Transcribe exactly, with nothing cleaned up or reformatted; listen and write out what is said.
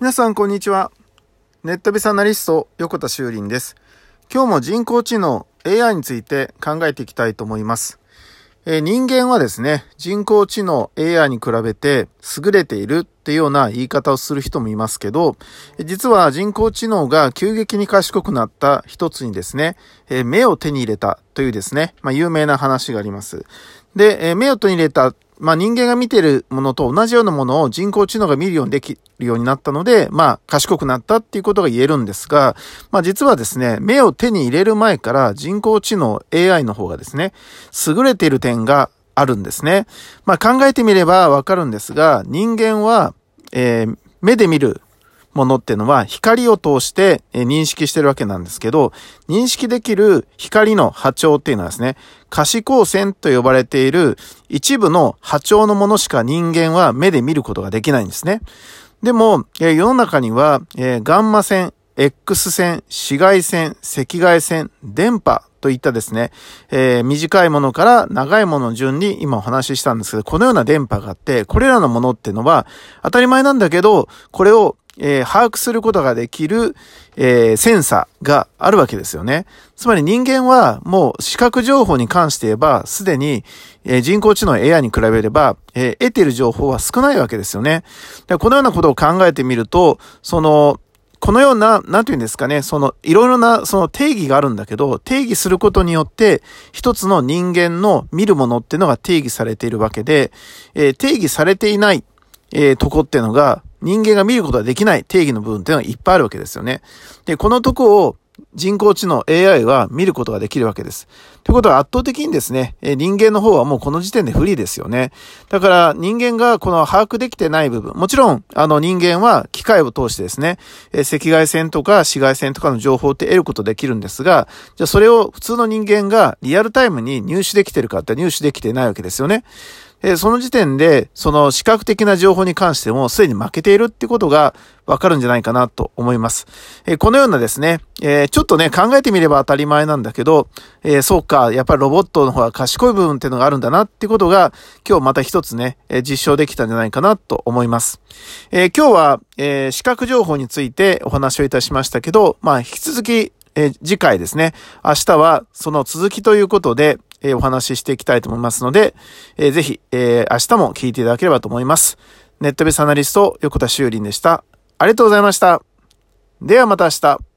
皆さんこんにちは。ネットビスアナリスト横田修林です。今日も人工知能 エーアイ について考えていきたいと思います。えー、人間はですね、人工知能 エーアイ に比べて優れているっていうような言い方をする人もいますけど、実は人工知能が急激に賢くなった一つにですね、えー、目を手に入れたというですね、まあ、有名な話があります。で、えー、目を手に入れたまあ人間が見ているものと同じようなものを人工知能が見るようにできるようになったので、まあ賢くなったっていうことが言えるんですが、まあ実はですね、目を手に入れる前から人工知能 エーアイ の方がですね、優れている点があるんですね。まあ考えてみればわかるんですが、人間は、えー、目で見るものっていうのは光を通して認識してるわけなんですけど、認識できる光の波長っていうのはですね、可視光線と呼ばれている一部の波長のものしか人間は目で見ることができないんですね。でも、世の中にはガンマ線、X 線、紫外線、赤外線、電波といったですね、えー、短いものから長いものの順に今お話ししたんですけど、このような電波があって、これらのものっていうのは当たり前なんだけど、これをえー、把握することができる、えー、センサーがあるわけですよね。つまり人間はもう視覚情報に関して言えばすでに、えー、人工知能 エーアイ に比べれば、えー、得ている情報は少ないわけですよね。でこのようなことを考えてみると、そのこのような、なんていうんですかね、そのいろいろなその定義があるんだけど、定義することによって一つの人間の見るものっていうのが定義されているわけで、えー、定義されていない、えー、とこっていうのが人間が見ることができない定義の部分っていうのがいっぱいあるわけですよね。で、このとこを人工知能 エーアイ は見ることができるわけです。ということは圧倒的にですね、人間の方はもうこの時点で不利ですよね。だから人間がこの把握できてない部分、もちろんあの人間は機械を通してですね、赤外線とか紫外線とかの情報って得ることできるんですが、じゃあそれを普通の人間がリアルタイムに入手できてるかって入手できてないわけですよね。えー、その時点で、その視覚的な情報に関してもすでに負けているってことがわかるんじゃないかなと思います。えー、このようなですね、えー、ちょっとね、考えてみれば当たり前なんだけど、えー、そうか、やっぱりロボットの方が賢い部分っていうのがあるんだなってことが、今日また一つね、えー、実証できたんじゃないかなと思います。えー、今日は、えー、視覚情報についてお話をいたしましたけど、まあ、引き続き、えー、次回ですね、明日はその続きということで、えー、お話ししていきたいと思いますので、えー、ぜひ、えー、明日も聞いていただければと思います。ネットベースアナリスト横田修林でした。ありがとうございました。ではまた明日。